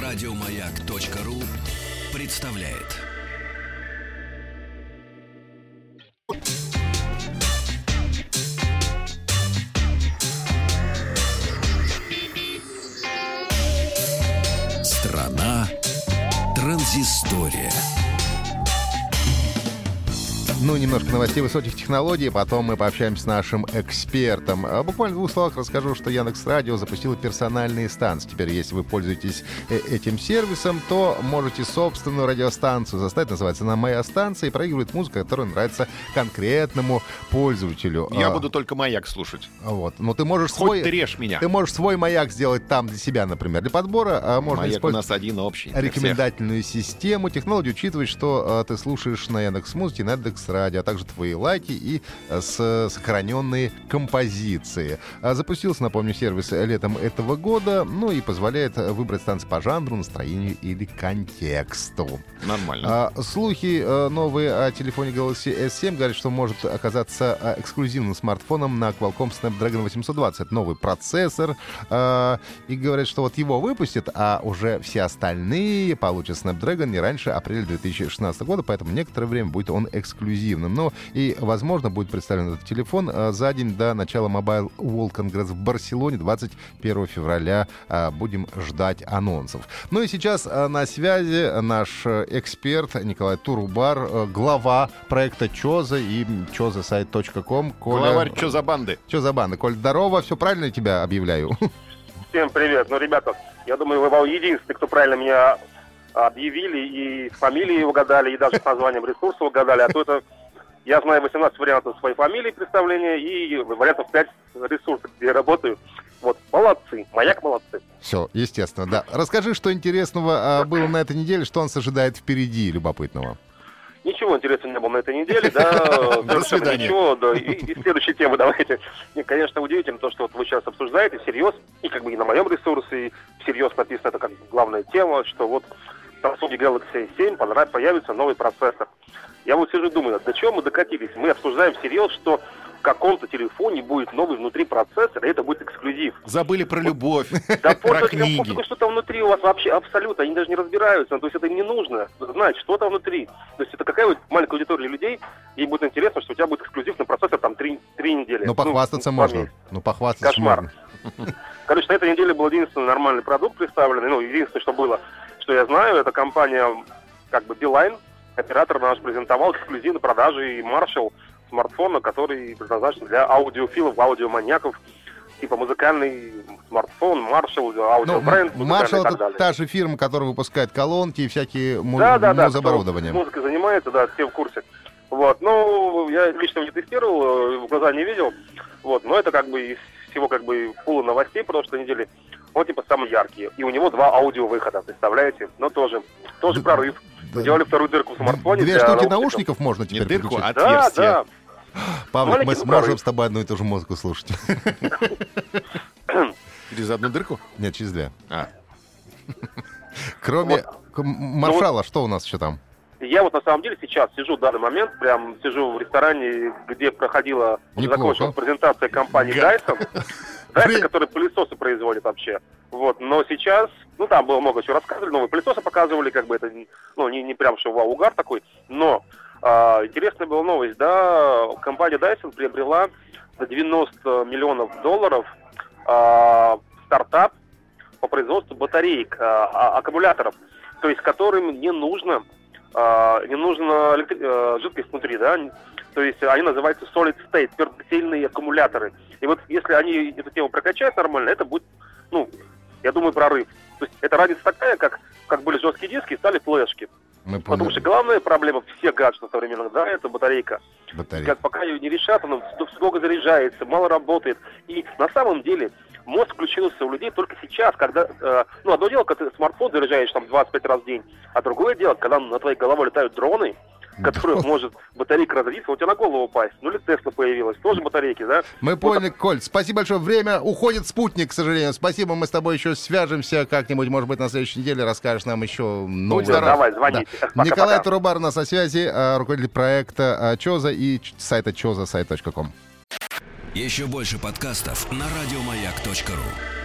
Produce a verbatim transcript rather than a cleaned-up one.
Радиомаяк.ру представляет. Страна транзистория. Ну, немножко новостей высоких технологий, потом мы пообщаемся с нашим экспертом. А буквально в двух словах расскажу, что Яндекс.Радио запустила персональные станции. Теперь, если вы пользуетесь этим сервисом, то можете собственную радиостанцию заставить, называется она «Моя станция», и проигрывает музыку, которая нравится конкретному пользователю. Я а, буду только «Маяк» слушать. Вот. Но ты можешь Хоть свой... ты режь меня. Ты можешь свой «Маяк» сделать там для себя, например, для подбора. А можно «Маяк» использовать у нас один общий. для рекомендательную систему. Технология учитывает, что а, ты слушаешь на Яндекс.Музыке, на Яндекс.Радио, а также твои лайки и а, с, сохраненные композиции. А, запустился, напомню, сервис летом этого года, ну и позволяет выбрать станции по жанру, настроению или контексту. Нормально. А, слухи а, новые о телефоне Galaxy эс семь говорят, что может оказаться а, эксклюзивным смартфоном на Qualcomm Snapdragon восемьсот двадцать. Это новый процессор. А, и говорят, что вот его выпустят, а уже все остальные получат Snapdragon не раньше апреля две тысячи шестнадцатого года, поэтому некоторое время будет он эксклюзивным. Ну и, возможно, будет представлен этот телефон а, за день до начала Mobile World Congress в Барселоне двадцать первого февраля. А, будем ждать анонсов. Ну и сейчас а, на связи наш эксперт Николай Турубар, а, глава проекта ЧОЗа и чоза сайт точка ком. Коля... Главарь «Чё за банды?» Чё за банды? Коль, здорово, все правильно я тебя объявляю? Всем привет. Ну, ребята, я думаю, вы был единственный, кто правильно меня объявили, и с фамилией угадали, и даже с названием ресурса угадали. А то это, я знаю восемнадцать вариантов своей фамилии представления и вариантов пять ресурсов, где я работаю. Вот, молодцы. «Маяк» молодцы. Все, естественно, да. Расскажи, что интересного а, было на этой неделе, что нас ожидает впереди любопытного. Ничего интересного не было на этой неделе, да, До свидания. ничего, да, и, и следующей темы давайте. И, конечно, удивительно то, что вот вы сейчас обсуждаете всерьез, и как бы и на моем ресурсе, и всерьез написано это как главная тема, что вот в Samsung Galaxy эс семь появится новый процессор. Я вот сижу и думаю, до чего мы докатились? Мы обсуждаем всерьез, что в каком-то телефоне будет новый внутри процессор, и это будет эксклюзив. Забыли про любовь, Да про просто книги. что там внутри у вас вообще абсолютно, они даже не разбираются, то есть это им не нужно знать, что там внутри. То есть это какая вот маленькая аудитория людей, ей будет интересно, что у тебя будет эксклюзивный процессор там три, три недели. Ну, похвастаться ну, можно. Ну, похвастаться Кошмар. можно. Короче, на этой неделе был единственный нормальный продукт представленный, ну, единственное, что было, что я знаю, это компания, как бы, Билайн, оператор наш презентовал эксклюзивно продажи и Marshall смартфона, который предназначен для аудиофилов, аудиоманьяков, типа музыкальный смартфон, Marshall, аудиобренд, ну, музыкальный Marshall и так это далее. та же фирма, которая выпускает колонки и всякие му- Да, да, да, музоборудования. кто музыкой занимается, да, все в курсе. Вот, ну, я лично не тестировал, в глаза не видел, вот, но это как бы из всего как бы пула новостей прошлой недели, он типа самый яркий. И у него два аудиовыхода, представляете? Но тоже, тоже Да, прорыв. да. Сделали вторую дырку в смартфоне. Две для штуки наушников. наушников можно Не теперь дырку, подключить. а Да, отверстие. да. Павлик, мы маленький сможем прорыв. с тобой одну и ту же музыку слушать. Через одну дырку? Нет, через две. А. Кроме к- Маршала, что у нас еще там? Я вот на самом деле сейчас сижу в данный момент, прям сижу в ресторане, где проходила, уже Неплохо. закончилась презентация компании Dyson. Dyson, который пылесосы производит вообще. Вот, но сейчас, ну там было много чего рассказывали, новые пылесосы показывали, как бы это, ну не, не прям что вау-угар такой, но а, интересная была новость, да, компания Dyson приобрела за девяносто миллионов долларов а, стартап по производству батареек, а, а, аккумуляторов, то есть которым не нужно Uh, не нужна электри- uh, жидкость внутри, да, то есть они называются solid state, твердотельные аккумуляторы. И вот если они эту тему прокачают нормально, это будет, ну, я думаю, прорыв. То есть это разница такая, как, как были жесткие диски и стали флешки. Мы Потому поняли. что главная проблема всех гаджетов современных, да, это батарейка. Батарейка. Как пока ее не решат, она долго заряжается, мало работает. И на самом деле мозг включился у людей только сейчас, когда, э, ну, одно дело, когда ты смартфон заряжаешь там двадцать пять раз в день, а другое дело, когда на твоей головой летают дроны, которых может батарейка разрядиться, у тебя на голову упасть. Ну или Тесла появилась, тоже батарейки, да? Мы Вот поняли, Коль. Спасибо большое. Время уходит, спутник, к сожалению. Спасибо, мы с тобой еще свяжемся как-нибудь, может быть, на следующей неделе расскажешь нам еще новые. здоров. Давай, звоните. Да. Пока-пока. Николай Турубар у нас на связи, а, руководитель проекта а, ЧОЗа и ч- сайта чоза сайт точка ком. Еще больше подкастов на радиомаяк точка ру.